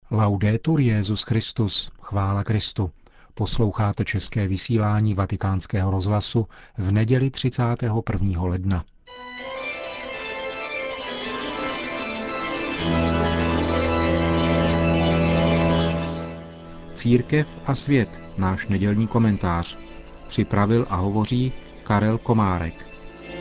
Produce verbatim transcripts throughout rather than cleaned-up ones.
Laudetur Jesus Christus, chvála Kristu. Posloucháte české vysílání Vatikánského rozhlasu v neděli třicátého prvního ledna. Církev a svět, náš nedělní komentář. Připravil a hovoří Karel Komárek.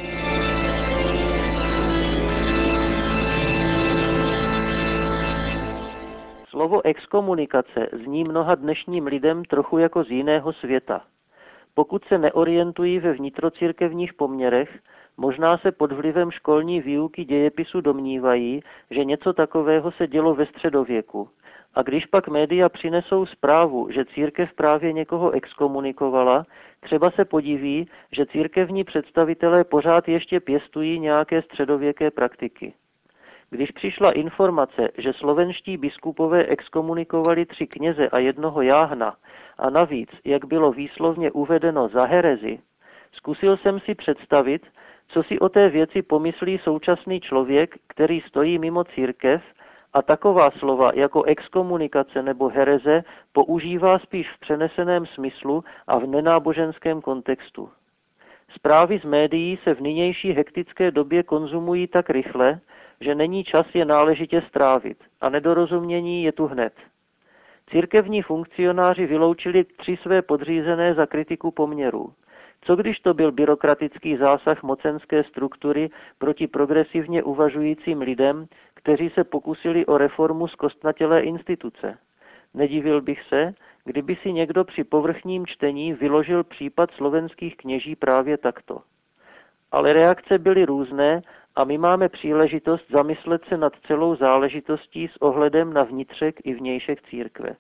Slovo exkomunikace zní mnoha dnešním lidem trochu jako z jiného světa. Pokud se neorientují ve vnitrocírkevních poměrech, možná se pod vlivem školní výuky dějepisu domnívají, že něco takového se dělo ve středověku. A když pak média přinesou zprávu, že církev právě někoho exkomunikovala, třeba se podiví, že církevní představitelé pořád ještě pěstují nějaké středověké praktiky. Když přišla informace, že slovenští biskupové exkomunikovali tři kněze a jednoho jáhna a navíc, jak bylo výslovně uvedeno, za herezi, zkusil jsem si představit, co si o té věci pomyslí současný člověk, který stojí mimo církev a taková slova jako exkomunikace nebo hereze používá spíš v přeneseném smyslu a v nenáboženském kontextu. Zprávy z médií se v nynější hektické době konzumují tak rychle, že není čas je náležitě strávit a nedorozumění je tu hned. Církevní funkcionáři vyloučili tři své podřízené za kritiku poměrů. Co když to byl byrokratický zásah mocenské struktury proti progresivně uvažujícím lidem, kteří se pokusili o reformu zkostnatělé instituce? Nedivil bych se, kdyby si někdo při povrchním čtení vyložil případ slovenských kněží právě takto. Ale reakce byly různé a my máme příležitost zamyslet se nad celou záležitostí s ohledem na vnitřek i vnějšek církve.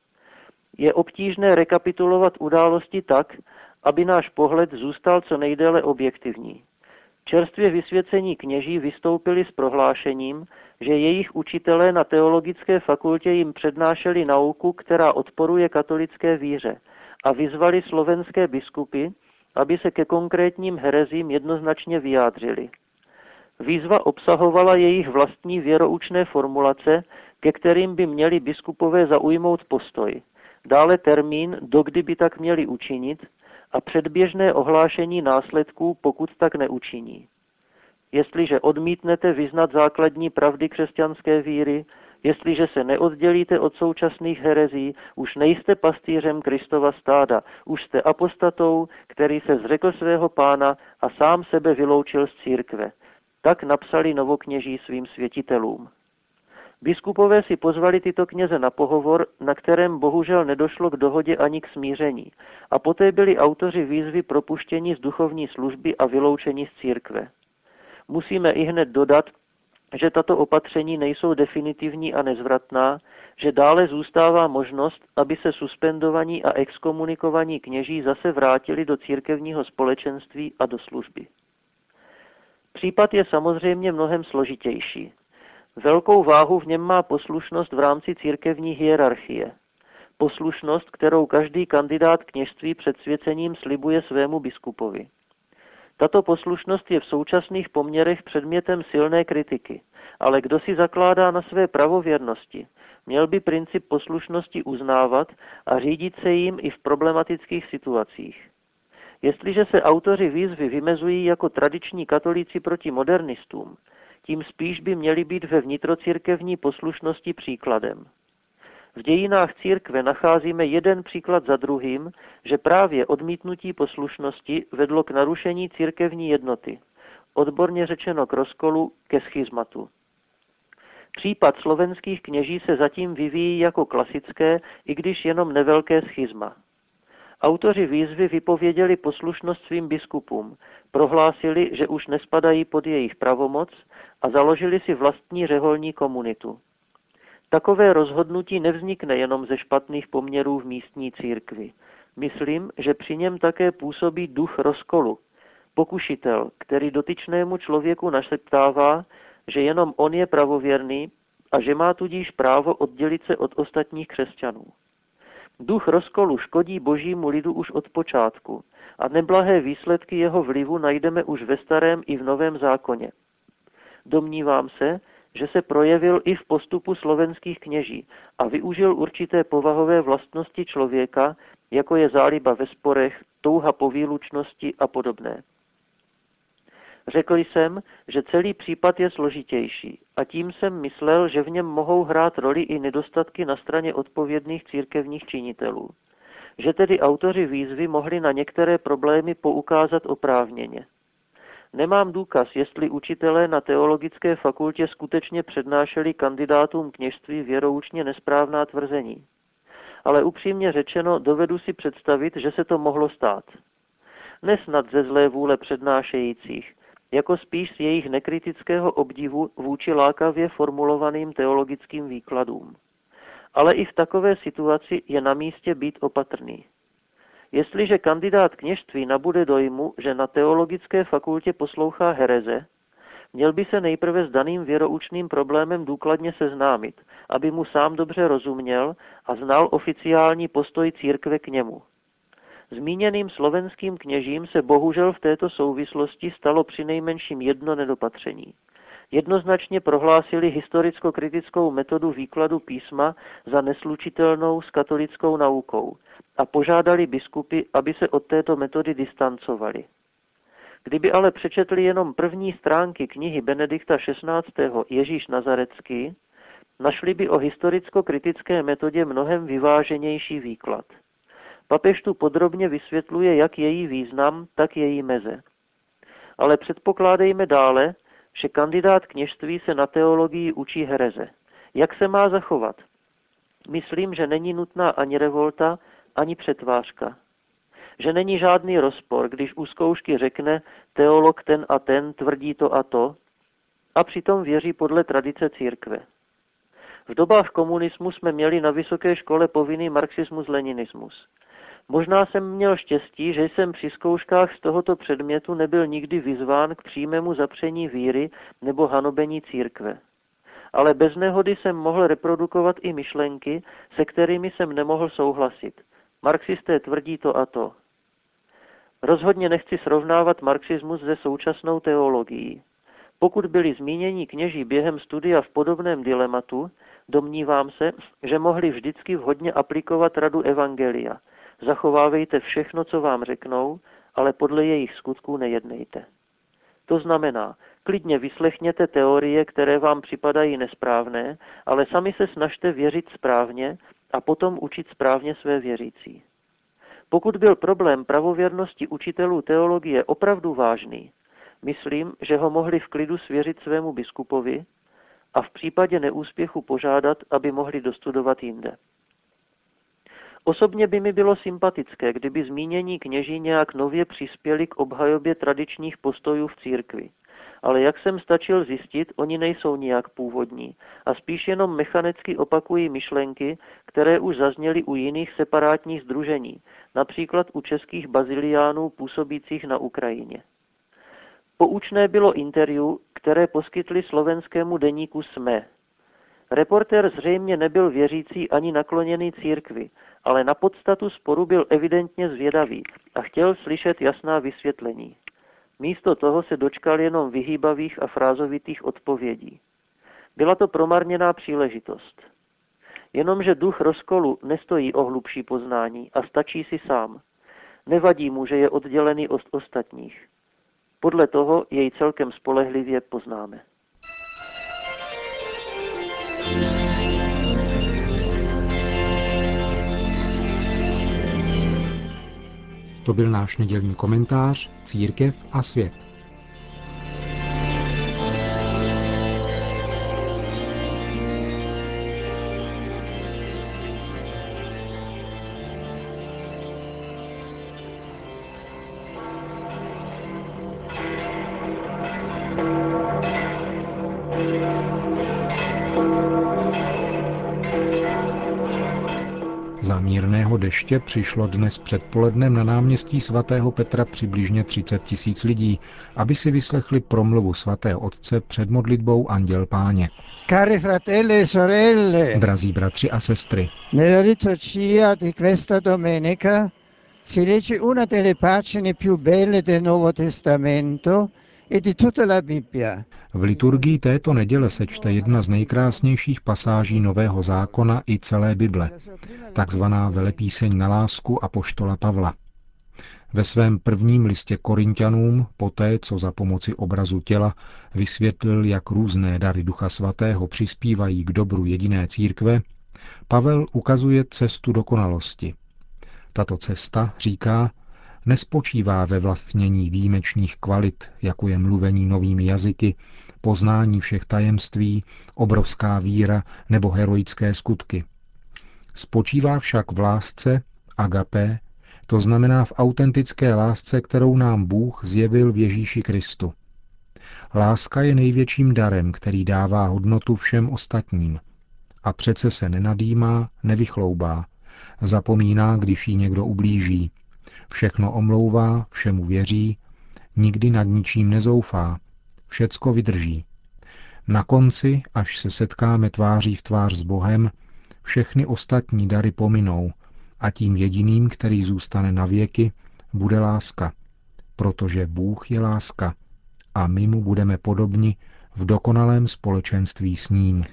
Je obtížné rekapitulovat události tak, aby náš pohled zůstal co nejdéle objektivní. Čerstvě vysvěcení kněží vystoupili s prohlášením, že jejich učitelé na teologické fakultě jim přednášeli nauku, která odporuje katolické víře, a vyzvali slovenské biskupy, aby se ke konkrétním herezím jednoznačně vyjádřili. Výzva obsahovala jejich vlastní věroučné formulace, ke kterým by měli biskupové zaujmout postoj, dále termín, dokdy by tak měli učinit, a předběžné ohlášení následků, pokud tak neučiní. Jestliže odmítnete vyznat základní pravdy křesťanské víry, jestliže se neoddělíte od současných herezí, už nejste pastýřem Kristova stáda, už jste apostatou, který se zřekl svého pána a sám sebe vyloučil z církve. Tak napsali novokněží svým světitelům. Biskupové si pozvali tyto kněze na pohovor, na kterém bohužel nedošlo k dohodě ani k smíření, a poté byli autoři výzvy propuštění z duchovní služby a vyloučení z církve. Musíme ihned dodat, že tato opatření nejsou definitivní a nezvratná, že dále zůstává možnost, aby se suspendovaní a exkomunikovaní kněží zase vrátili do církevního společenství a do služby. Případ je samozřejmě mnohem složitější. Velkou váhu v něm má poslušnost v rámci církevní hierarchie. Poslušnost, kterou každý kandidát kněžství před svěcením slibuje svému biskupovi. Tato poslušnost je v současných poměrech předmětem silné kritiky, ale kdo si zakládá na své pravověrnosti, měl by princip poslušnosti uznávat a řídit se jím i v problematických situacích. Jestliže se autoři výzvy vymezují jako tradiční katolíci proti modernistům, tím spíš by měli být ve vnitrocírkevní poslušnosti příkladem. V dějinách církve nacházíme jeden příklad za druhým, že právě odmítnutí poslušnosti vedlo k narušení církevní jednoty, odborně řečeno k rozkolu, ke schizmatu. Případ slovenských kněží se zatím vyvíjí jako klasické, i když jenom nevelké schizma. Autoři výzvy vypověděli poslušnost svým biskupům, prohlásili, že už nespadají pod jejich pravomoc a založili si vlastní řeholní komunitu. Takové rozhodnutí nevznikne jenom ze špatných poměrů v místní církvi. Myslím, že při něm také působí duch rozkolu, pokušitel, který dotyčnému člověku našeptává, že jenom on je pravověrný a že má tudíž právo oddělit se od ostatních křesťanů. Duch rozkolu škodí božímu lidu už od počátku a neblahé výsledky jeho vlivu najdeme už ve starém i v novém zákoně. Domnívám se, že se projevil i v postupu slovenských kněží a využil určité povahové vlastnosti člověka, jako je záliba ve sporech, touha po výlučnosti a podobné. Řekl jsem, že celý případ je složitější a tím jsem myslel, že v něm mohou hrát roli i nedostatky na straně odpovědných církevních činitelů. Že tedy autoři výzvy mohli na některé problémy poukázat oprávněně. Nemám důkaz, jestli učitelé na teologické fakultě skutečně přednášeli kandidátům kněžství věroučně nesprávná tvrzení. Ale upřímně řečeno, dovedu si představit, že se to mohlo stát. Nesnad ze zlé vůle přednášejících, jako spíš z jejich nekritického obdivu vůči lákavě formulovaným teologickým výkladům. Ale i v takové situaci je na místě být opatrný. Jestliže kandidát kněžství nabude dojmu, že na teologické fakultě poslouchá hereze, měl by se nejprve s daným věroučným problémem důkladně seznámit, aby mu sám dobře rozuměl a znal oficiální postoj církve k němu. Zmíněným slovenským kněžím se bohužel v této souvislosti stalo přinejmenším jedno nedopatření. Jednoznačně prohlásili historicko-kritickou metodu výkladu písma za neslučitelnou s katolickou naukou a požádali biskupy, aby se od této metody distancovali. Kdyby ale přečetli jenom první stránky knihy Benedikta šestnáctého. Ježíš Nazarecký, našli by o historicko-kritické metodě mnohem vyváženější výklad. Papež tu podrobně vysvětluje jak její význam, tak její meze. Ale předpokládejme dále, že kandidát kněžství se na teologii učí hereze. Jak se má zachovat? Myslím, že není nutná ani revolta, ani přetvářka. Že není žádný rozpor, když u zkoušky řekne teolog ten a ten tvrdí to a to a přitom věří podle tradice církve. V dobách komunismu jsme měli na vysoké škole povinný marxismus-leninismus. Možná jsem měl štěstí, že jsem při zkouškách z tohoto předmětu nebyl nikdy vyzván k přímému zapření víry nebo hanobení církve. Ale bez nehody jsem mohl reprodukovat i myšlenky, se kterými jsem nemohl souhlasit. Marxisté tvrdí to a to. Rozhodně nechci srovnávat marxismus se současnou teologií. Pokud byli zmínění kněží během studia v podobném dilematu, domnívám se, že mohli vždycky vhodně aplikovat radu evangelia. Zachovávejte všechno, co vám řeknou, ale podle jejich skutků nejednejte. To znamená, klidně vyslechněte teorie, které vám připadají nesprávné, ale sami se snažte věřit správně a potom učit správně své věřící. Pokud byl problém pravověrnosti učitelů teologie opravdu vážný, myslím, že ho mohli v klidu svěřit svému biskupovi a v případě neúspěchu požádat, aby mohli dostudovat jinde. Osobně by mi bylo sympatické, kdyby zmínění kněží nějak nově přispěli k obhajobě tradičních postojů v církvi. Ale jak jsem stačil zjistit, oni nejsou nijak původní a spíš jenom mechanicky opakují myšlenky, které už zazněly u jiných separátních sdružení, například u českých baziliánů působících na Ukrajině. Poučné bylo interview, které poskytli slovenskému deníku S M E. Reportér zřejmě nebyl věřící ani nakloněný církvi, ale na podstatu sporu byl evidentně zvědavý a chtěl slyšet jasná vysvětlení. Místo toho se dočkal jenom vyhýbavých a frázovitých odpovědí. Byla to promarněná příležitost. Jenomže duch rozkolu nestojí o hlubší poznání a stačí si sám. Nevadí mu, že je oddělený od ostatních. Podle toho jej celkem spolehlivě poznáme. To byl náš nedělní komentář Církev a svět. Za mírného deště přišlo dnes předpolednem na náměstí svatého Petra přibližně třicet tisíc lidí, aby si vyslechli promluvu svatého otce před modlitbou Anděl Páně. Cari fratelli e sorelle, Drazí bratři a sestry, nella liturgia di questa domenica si legge una delle pagine più belle del Nuovo Testamento e di tutta la Bibbia. V liturgii této neděle se čte jedna z nejkrásnějších pasáží Nového zákona i celé Bible, takzvaná velepíseň na lásku apoštola Pavla. Ve svém prvním listě Korinťanům, poté co za pomoci obrazu těla vysvětlil, jak různé dary Ducha Svatého přispívají k dobru jediné církve, Pavel ukazuje cestu dokonalosti. Tato cesta, říká, nespočívá ve vlastnění výjimečných kvalit, jako je mluvení novými jazyky, poznání všech tajemství, obrovská víra nebo heroické skutky. Spočívá však v lásce, agapé, to znamená v autentické lásce, kterou nám Bůh zjevil v Ježíši Kristu. Láska je největším darem, který dává hodnotu všem ostatním. A přece se nenadýmá, nevychloubá, zapomíná, když jí někdo ublíží. Všechno omlouvá, všemu věří, nikdy nad ničím nezoufá, všecko vydrží. Na konci, až se setkáme tváří v tvář s Bohem, všechny ostatní dary pominou a tím jediným, který zůstane na věky, bude láska, protože Bůh je láska a my mu budeme podobni v dokonalém společenství s ním.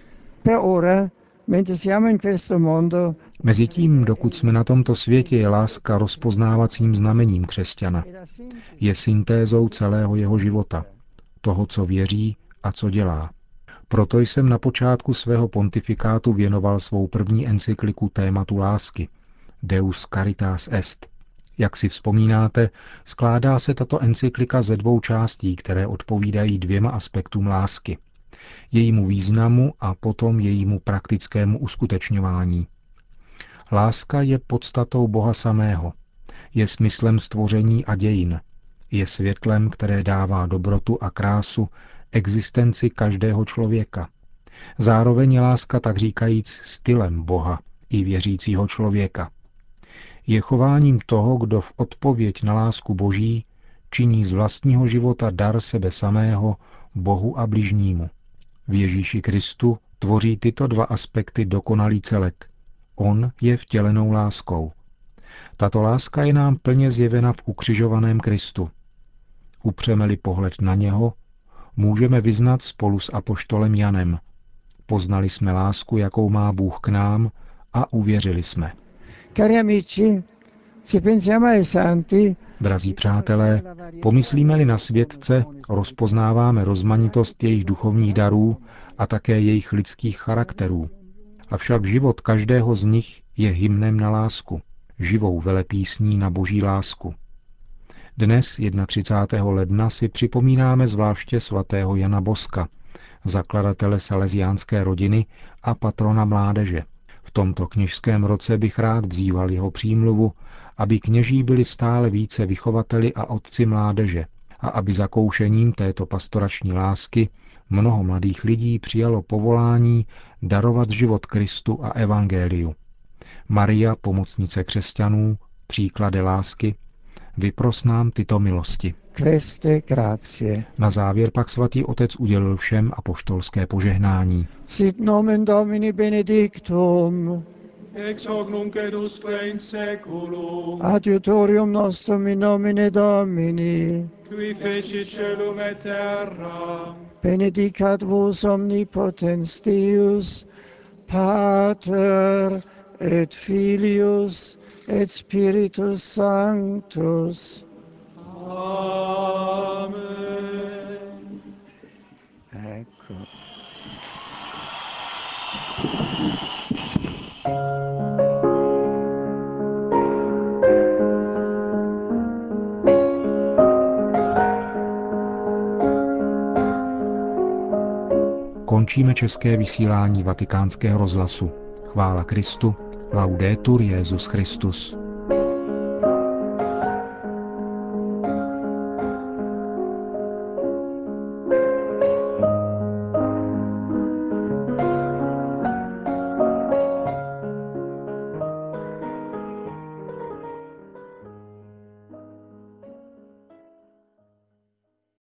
Mezitím, dokud jsme na tomto světě, je láska rozpoznávacím znamením křesťana. Je syntézou celého jeho života, toho, co věří a co dělá. Proto jsem na počátku svého pontifikátu věnoval svou první encykliku tématu lásky, Deus Caritas Est. Jak si vzpomínáte, skládá se tato encyklika ze dvou částí, které odpovídají dvěma aspektům lásky. Jejímu významu a potom jejímu praktickému uskutečňování. Láska je podstatou Boha samého, je smyslem stvoření a dějin, je světlem, které dává dobrotu a krásu existenci každého člověka. Zároveň je láska, tak říkajíc, stylem Boha i věřícího člověka. Je chováním toho, kdo v odpověď na lásku Boží činí z vlastního života dar sebe samého Bohu a bližnímu. V Ježíši Kristu tvoří tyto dva aspekty dokonalý celek. On je vtělenou láskou. Tato láska je nám plně zjevena v ukřižovaném Kristu. Upřeme-li pohled na něho, můžeme vyznat spolu s apoštolem Janem. Poznali jsme lásku, jakou má Bůh k nám, a uvěřili jsme. Cari amici, se pensiamo ai santi, Drazí přátelé, pomyslíme-li na světce, rozpoznáváme rozmanitost jejich duchovních darů a také jejich lidských charakterů. Avšak život každého z nich je hymnem na lásku, živou velepísní na Boží lásku. Dnes, třicátého prvního ledna, si připomínáme zvláště svatého Jana Boska, zakladatele salesiánské rodiny a patrona mládeže. V tomto kněžském roce bych rád vzýval jeho přímluvu, aby kněží byli stále více vychovateli a otci mládeže a aby zakoušením této pastorační lásky mnoho mladých lidí přijalo povolání darovat život Kristu a evangeliu. Maria, pomocnice křesťanů, příklady lásky, vypros nám tyto milosti. queste grazie. Na závěr pak svatý otec udělil všem apoštolské požehnání. Sit nomen Domini benedictum, ex hoc nunc et usque in saeculum, adiutorium nostrum in nomine Domini, qui fecit caelum et terra, benedicat vos omnipotens Deus, Pater et Filius et Spiritus Sanctus. Amen. Ecco. Končíme české vysílání Vatikánského rozhlasu. Chvála Kristu, laudetur Jesus Christus.